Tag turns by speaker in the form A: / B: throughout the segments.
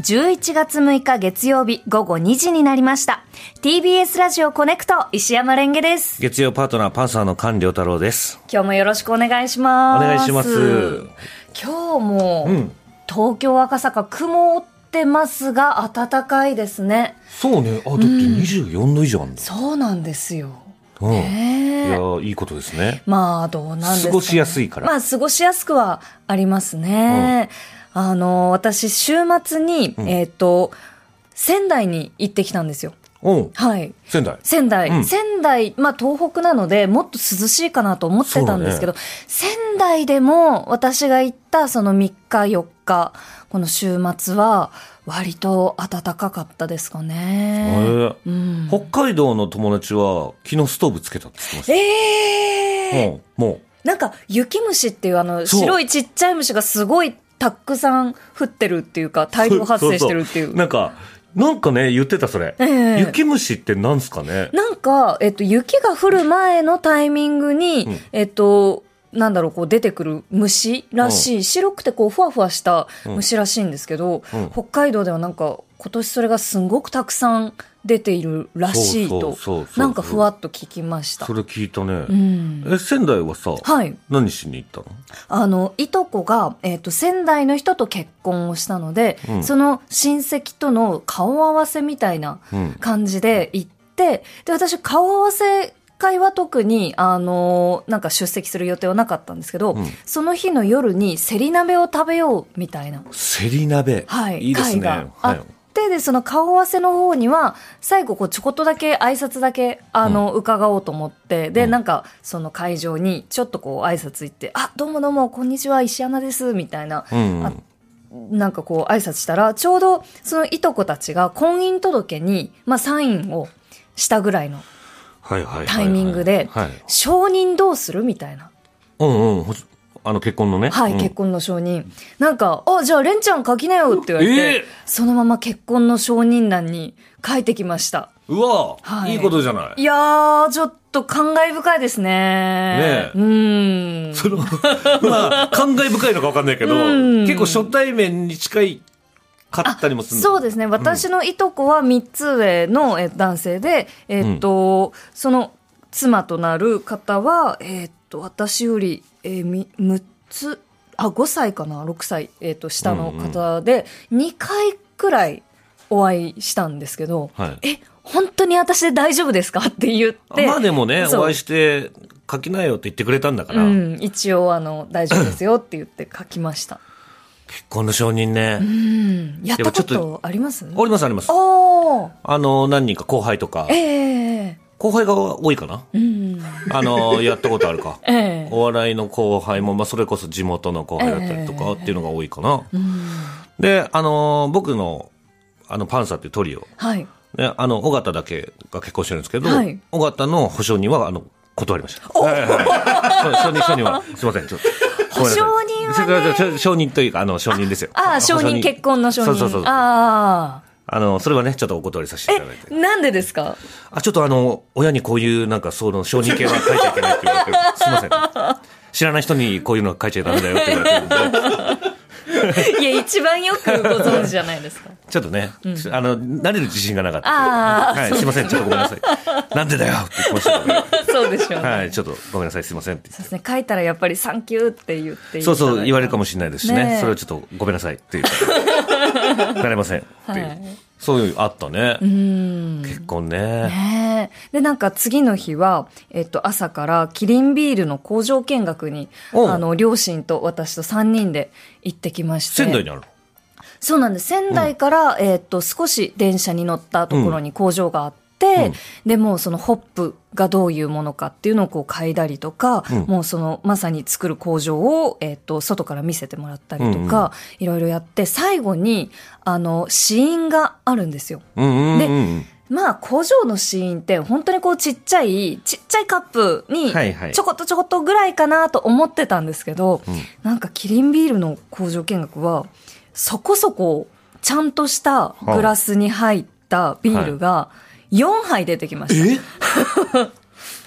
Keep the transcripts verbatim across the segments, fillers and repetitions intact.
A: じゅういちがつむいか月曜日午後にじになりました。 ティービーエス ラジオコネクト石山レンゲです。
B: 月曜パートナーパンサーの菅良太郎です。
A: 今日もよろしくお願いします。
B: お願いします。
A: 今日も、うん、東京赤坂曇ってますが暖かいですね。
B: そうね、あだってにじゅうよんど以上あるんだ、うん、
A: そうなんですよ、
B: うんね、いやいいことですね。
A: まあどうなんですかね、
B: 過ごしやすいから。
A: まあ過ごしやすくはありますね、うん、あの私週末に、うん、えっと仙台に行ってきたんですよ。
B: お
A: はい、
B: 仙台
A: 仙台、
B: うん、
A: 仙台、まあ東北なのでもっと涼しいかなと思ってたんですけど、ね、仙台でも私が行ったそのみっかよっかこの週末は割と暖かかったですかね、
B: えーうん、北海道の友達は昨日ストーブつけたって言ってました。
A: えー、
B: もう、もう
A: なんか雪虫っていうあの白いちっちゃい虫がすごいたくさん降ってるっていうか大量発生してるっていう。
B: そうそうそうなんかなんかね言ってたそれ、えー、雪虫ってなんすかね。
A: なんか、えっと、雪が降る前のタイミングに、うん、えっとなんだろうこう出てくる虫らしい、うん、白くてこうふわふわした虫らしいんですけど、うん、北海道ではなんか今年それがすごくたくさん出ているらしいとなんかふわっと聞きました。
B: それ聞いたね、
A: うん、
B: え仙台はさ、
A: はい、
B: 何しに行ったの？
A: あのいとこが、えーと、仙台の人と結婚をしたので、うん、その親戚との顔合わせみたいな感じで行って、うん、で私顔合わせ会は特にあのなんか出席する予定はなかったんですけど、うん、その日の夜にせり鍋を食べようみたいな
B: せり鍋、
A: はい、
B: いいですね、
A: 会があって、はい、でその顔合わせの方には最後こうちょこっとだけ挨拶だけあの、うん、伺おうと思って、で、うん、なんかその会場にちょっとこう挨拶行って、あどうもどうもこんにちは石山ですみたいな、うんうん、あなんかこう挨拶したらちょうどそのいとこたちが婚姻届に、まあ、サインをしたぐらいのタイミングで承認どうするみたいな、
B: うんうん、あの結婚のね、
A: はい、うん、結婚の承認なんかあじゃあレンちゃん書きなよって言われて、えー、そのまま結婚の承認欄に書いてきました。
B: うわ、はい、いいことじゃない。
A: いやーちょっと感慨深いですね。
B: ねえ、
A: うん
B: そのまあ感慨深いのか分かんないけど結構初対面に近い買ったりもする。
A: そうですね、私のいとこはみっつ上の男性で、えーっとうん、その妻となる方は、えーっと私より、えー、むっつあごさいかなろくさい、えーっと下の方で、うんうん、にかいくらいお会いしたんですけど、はい、え本当に私で大丈夫ですかって言って、
B: まあでもねお会いして書きなよって言ってくれたんだから、
A: うん、一応あの大丈夫ですよって言って書きました
B: 結婚の承認ね、
A: うん、やったことあります？
B: ありますあります。
A: お
B: あの何人か後輩とか、
A: えー、
B: 後輩が多いかな、うん、あのやったことあるか、えー、お笑いの後輩も、まあ、それこそ地元の後輩だったりとかっていうのが多いかな、えー、であの僕のあのパンサーっていうトリオ、はいね、あの尾形だけが結婚してるんですけど、はい、尾形の保証人はあの断りました。はいはいはい、承認承認はすいませんちょっと
A: 保証人はね、
B: 承認というかあの承認ですよ。
A: ああ承認結婚の承認。そうそうそう。あ
B: あのそれはねちょっとお断りさせていただいて。
A: えなんでですか？あ
B: ちょっとあの親にこういうなんかその承認系は書いちゃいけないって言われてる。すいません。知らない人にこういうの書いちゃダメだよって言われてるんで。
A: いや一番よくご存知じゃないですか。
B: ちょっとね、うん、あの慣れる自信がなかった。あはい、すいませんちょっとごめんなさい。なんでだよって言ってましたけど、ね。そうでしょうね。はいちょっとごめんなさいすいませんって言って。
A: そうですね書いたらやっぱりサンキューって言っていい。
B: そうそう言われるかもしれないですしね。ねそれをちょっとごめんなさいって言ってなれませんっていう、はい、そういうあったね。うん結婚ね。
A: ねでなんか次の日はえっと朝からキリンビールの工場見学にあの両親と私とさんにんで行ってきまして。
B: 仙台にあるの？
A: そうなんです。仙台から、うん、えー、っと少し電車に乗ったところに工場があって、うん、でもうそのホップがどういうものかっていうのをこう嗅いだりとか、うん、もうそのまさに作る工場を、えー、っと外から見せてもらったりとか、うん、いろいろやって最後にあの試飲があるんですよ。うんうんうん、でまあ工場の試飲って本当にこうちっちゃいちっちゃいカップにちょこっとちょこっとぐらいかなと思ってたんですけど、はいはい、なんかキリンビールの工場見学はそこそこちゃんとしたグラスに入ったビールがよんはい出てきました。
B: え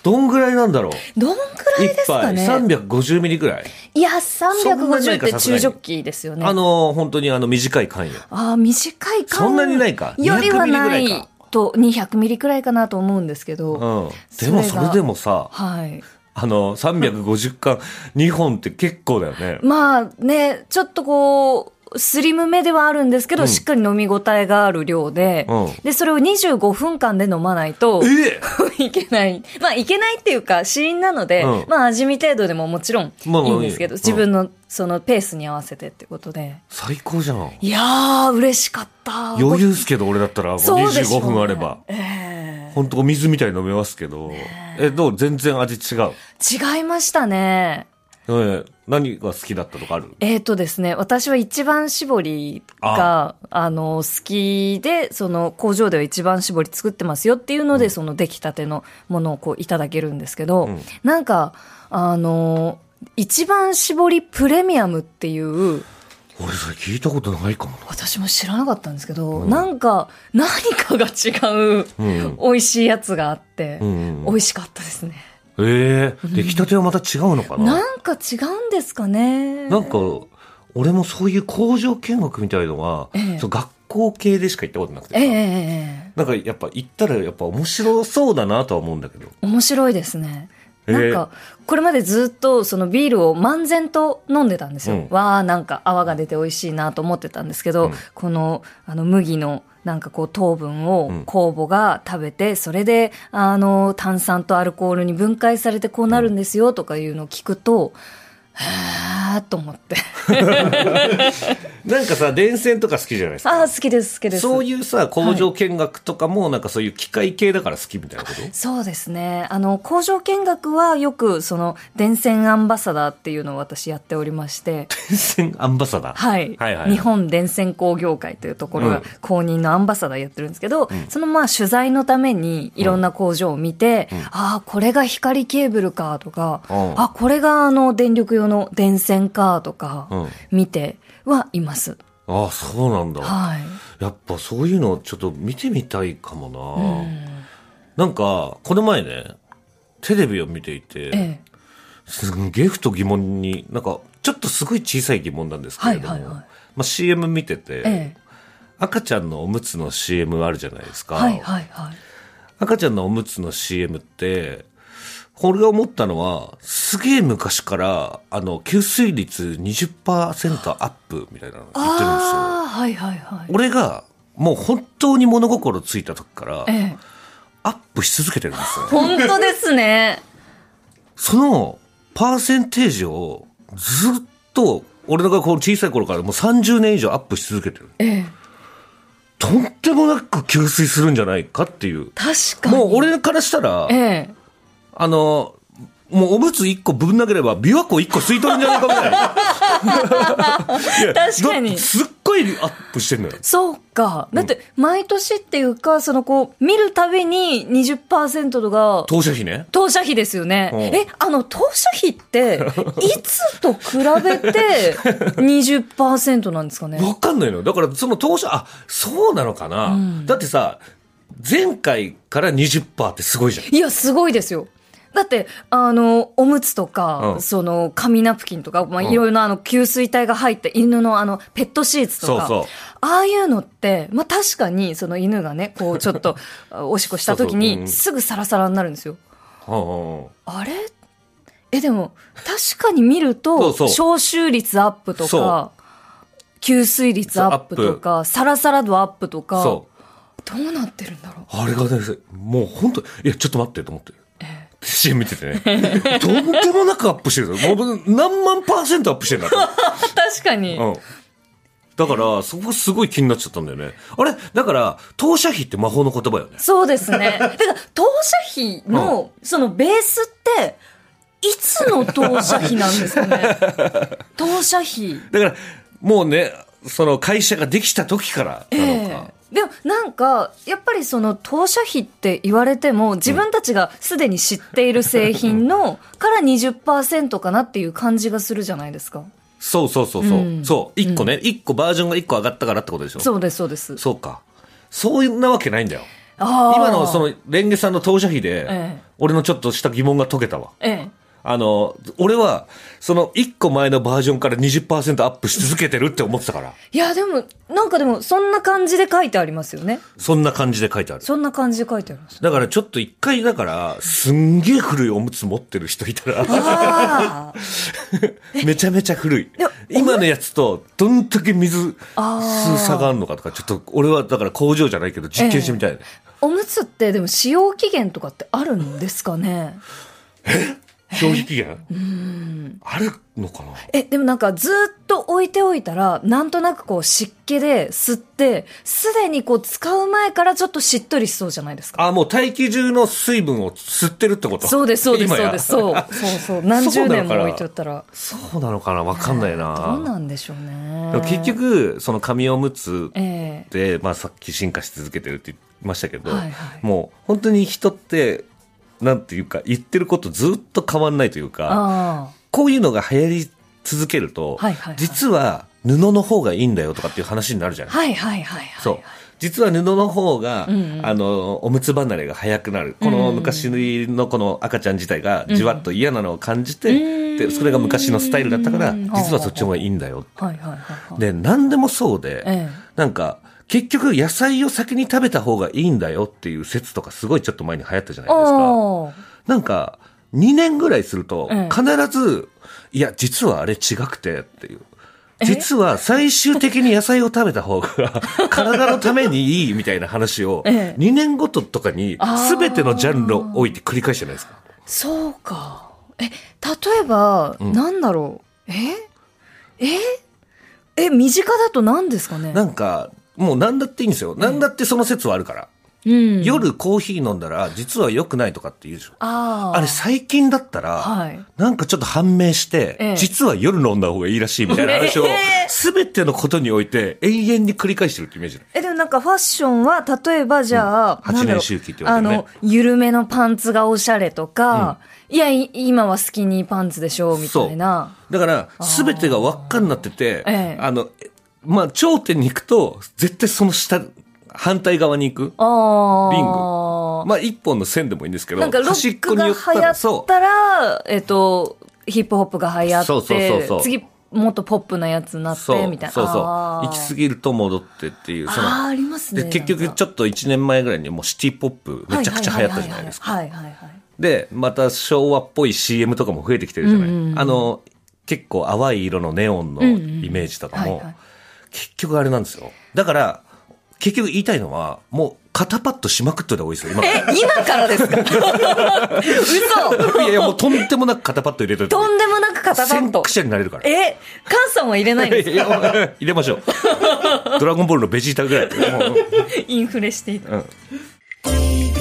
B: どんぐらいなんだろう。
A: どんぐらいですかね。
B: 一杯さんびゃくごじゅうミリぐらい。
A: いや、さんびゃくごじゅうって中ジョッキですよね。
B: あの、本当にあの短い缶よ。
A: ああ、短い缶。
B: そんなにないか。
A: よりはないと、にひゃくミリくらいかなと思うんですけど。
B: うん。でもそれでもさ、
A: はい。
B: あの、さんびゃくごじゅう缶にほんって結構だよね。
A: まあね、ちょっとこう、スリムめではあるんですけど、うん、しっかり飲み応えがある量で、うん、で、それをにじゅうごふんかんで飲まないと、
B: え
A: いけない。まあ、いけないっていうか、試飲なので、うん、まあ、味見程度でももちろんいいんですけど、まあまあいい、自分のそのペースに合わせてってことで。
B: 最高じゃん。
A: いやー、嬉しかった。
B: 余裕っすけど、俺だったら、にじゅうごふんあれば。
A: えー、
B: 本当お水みたいに飲めますけど、え、どう全然味違う？
A: 違いましたね。
B: えー、何が好きだったとかある？
A: えっとですね、私は一番搾りが、あ, あの、好きで、その工場では一番搾り作ってますよっていうので、うん、その出来たてのものをこういただけるんですけど、うん、なんか、あの、一番搾りプレミアムっていう、
B: 俺それ聞いたことないかもな。
A: 私も知らなかったんですけど、うん、なんか、何かが違う、うん、美味しいやつがあって、うんうん、美味しかったですね。
B: ええー、出来たてはまた違うのかな、
A: うん、なんか違うんですかね。
B: なんか、俺もそういう工場見学みたいのは、ええ、そう学校系でしか行ったことなくてさ、ええ、なんかやっぱ行ったらやっぱ面白そうだなとは思うんだけど。
A: 面白いですね。なんか、これまでずっとそのビールを漫然と飲んでたんですよ。うん、わーなんか泡が出て美味しいなと思ってたんですけど、うん、この、あの麦のなんかこう糖分を酵母が食べて、それであの炭酸とアルコールに分解されてこうなるんですよとかいうのを聞くと、へーと思って
B: なんかさ電線とか好きじゃないですか。
A: あ好きです好きです。
B: そういうさ工場見学とかもなんかそういう機械系だから好きみたいなこと？はい、
A: そうですね。あの工場見学はよくその電線アンバサダーっていうのを私やっておりまして。
B: 電線アンバサダー、
A: はい、はいはいはい、日本電線工業会というところが公認のアンバサダーやってるんですけど、うん、そのまあ取材のためにいろんな工場を見て、うんうん、ああこれが光ケーブルかとか、うん、あこれがあの電力用の電線かとか見てはいます。
B: うん、ああそうなんだ、
A: はい、
B: やっぱそういうのちょっと見てみたいかもな、うん、なんかこの前ねテレビを見ていて、ええ、すんげえふと疑問になんかちょっとすごい小さい疑問なんですけれども、はいはいはい、まあ、シーエム 見てて、ええ、赤ちゃんのおむつの シーエム あるじゃないですか、
A: はいはいはい、
B: 赤ちゃんのおむつの シーエム ってこれが思ったのはすげえ昔からあの吸水率 にじゅっパーセント アップみたいなの言ってるんですよ。
A: あ、はいはいはい、
B: 俺がもう本当に物心ついた時から、ええ、アップし続けてるんですよ。
A: 本当ですね。
B: そのパーセンテージをずっと俺がこの小さい頃からもうさんじゅうねん以上アップし続けてる、ええ、とんでもなく吸水するんじゃないかっていう。
A: 確かに
B: もう俺からしたら、ええ、あのもうおむついっこぶん投げれば琵琶湖いっこ吸い取るんじゃないかみたいな。
A: 確かに
B: すっごいアップしてるのよ。
A: そうか。だって毎年っていうか、そのこう見るたびに にじゅっパーセント とか
B: 当社費ね。
A: 当社費ですよね。うん、えあの当社費っていつと比べて にじゅっパーセント なんですかね。
B: わかんないの。だからその当社あそうなのかな、うん、だってさ前回から にじゅっパーセント ってすごいじゃん。
A: いやすごいですよ。だってあのおむつとか、うん、その紙ナプキンとか、まあ、いろいろなあの吸水体が入った犬のあのペットシーツとか、そうそうああいうのって、まあ、確かにその犬がねこうちょっとおしっこした時にすぐサラサラになるんですよ。あれえでも確かに見ると消臭率アップとか吸水率アップとかサラサラ度アップとかどうなってるんだろう。
B: あれがねもう本当いやちょっと待ってと思ってシーエム 見ててねとんでもなくアップしてる。もう何万パーセントアップしてるんだと
A: 確かに、うん、
B: だからそこすごい気になっちゃったんだよね。あれだから当社費って魔法の言葉よね。
A: そうですね。だから当社費のそのベースっていつの当社費なんですかね。当社費
B: だからもうねその会社ができた時からなのか、えー
A: でもなんかやっぱりその当社費って言われても自分たちがすでに知っている製品のから にじゅっパーセント かなっていう感じがするじゃないですか。
B: そうそうそうそう、うん、そういっこね、うん、いっこバージョンがいっこ上がったからってことでしょ。
A: そうですそうです。
B: そうかそんなわけないんだよ。 今のそのレンゲさんの当社費で、ええ、俺のちょっとした疑問が解けたわ。ええ、あの、俺は、そのいっこまえのバージョンから にじゅっパーセント アップし続けてるって思ってたから。
A: いや、でも、なんかでも、そんな感じで書いてありますよね。
B: そんな感じで書いてある。
A: そんな感じで書いてあります。
B: だからちょっと一回、だから、すんげえ古いおむつ持ってる人いたら、めちゃめちゃ古い。今のやつと、どんだけ水吸う差があるのかとか、ちょっと、俺はだから工場じゃないけど、実験してみたいね。
A: ええ、おむつって、でも使用期限とかってあるんですかね？
B: え消費期限、うん、あるのかな。
A: え、でもなんかずっと置いておいたら、なんとなくこう湿気で吸って、すでにこう使う前からちょっとしっとりしそうじゃないですか。
B: あ、もう大気中の水分を吸ってるってこと？
A: そうです、そうです、そうです。そう、そうそう。何十年も置いておったら。
B: そうなのかな、わかんないな、
A: えー。どうなんでしょうね。
B: でも結局、その紙おむつで、えー、まあさっき進化し続けてるって言いましたけど、はいはい、もう本当に人って、なんていうか言ってることずっと変わんないというか、こういうのが流行り続けると、はいはいはい、実は布の方がいいんだよとかっていう話になるじゃない。
A: はいはいはいはい。
B: そう。実は布の方が、うんうん、あの、おむつ離れが早くなる。この昔のこの赤ちゃん自体がじわっと嫌なのを感じて、うん、で、それが昔のスタイルだったから、実はそっちの方がいいんだよって。はいはいはいはい、で、何でもそうで、ええ、なんか、結局野菜を先に食べた方がいいんだよっていう説とかすごいちょっと前に流行ったじゃないですか。なんかにねんぐらいすると必ず、いや実はあれ違くてっていう。実は最終的に野菜を食べた方が体のためにいいみたいな話をにねんごととかに全てのジャンルを置いて繰り返してないですか？
A: そうか。え、例えば、うん、なんだろう。えええ、身近だと何ですかね？
B: なんかもう何だっていいんですよ。何だってその説はあるから。うん、夜コーヒー飲んだら実は良くないとかって言うでしょ。あ, あれ最近だったら、はい、なんかちょっと判明して、ええ、実は夜飲んだ方がいいらしいみたいな話を、すべてのことにおいて永遠に繰り返してるってイメージ。
A: え、でもなんかファッションは、例えばじゃあ、うん、
B: はちねん周期って言われてるね。
A: あの、緩めのパンツがおしゃれとか、うん、いや、今はスキニーパンツでしょ、みたいな。
B: だから、すべてが輪っかになってて、あ,、ええ、あの、まあ、頂点に行くと、絶対その下、反対側に行く。リング。まあ、一本の線でもいいんですけど、
A: なんかロックが流行ったら、えっと、ヒップホップが流行って、そうそうそうそう、次、もっとポップなやつになって、みたいな。
B: そうそうそう。行き過ぎると戻ってっていう。その
A: ああ、ありますね。
B: で、結局ちょっといちねんまえぐらいにもうシティポップめちゃくちゃ流行ったじゃないですか。はいはいはい。で、また昭和っぽい シーエム とかも増えてきてるじゃない。うんうん、あの、結構淡い色のネオンのイメージとかも、結局あれなんですよ。だから、結局言いたいのは、もう肩パッドしまくっといた方がいいですよ、今から。
A: え、今からですか？嘘。
B: いやいや、もうとんでもなく肩パッド入れといて。
A: とんでもなく肩パッド。
B: 先駆者になれるから。
A: え、カンさんは入れないんですか？いや
B: 入れましょう。ドラゴンボールのベジータぐらい。
A: インフレしていた。うん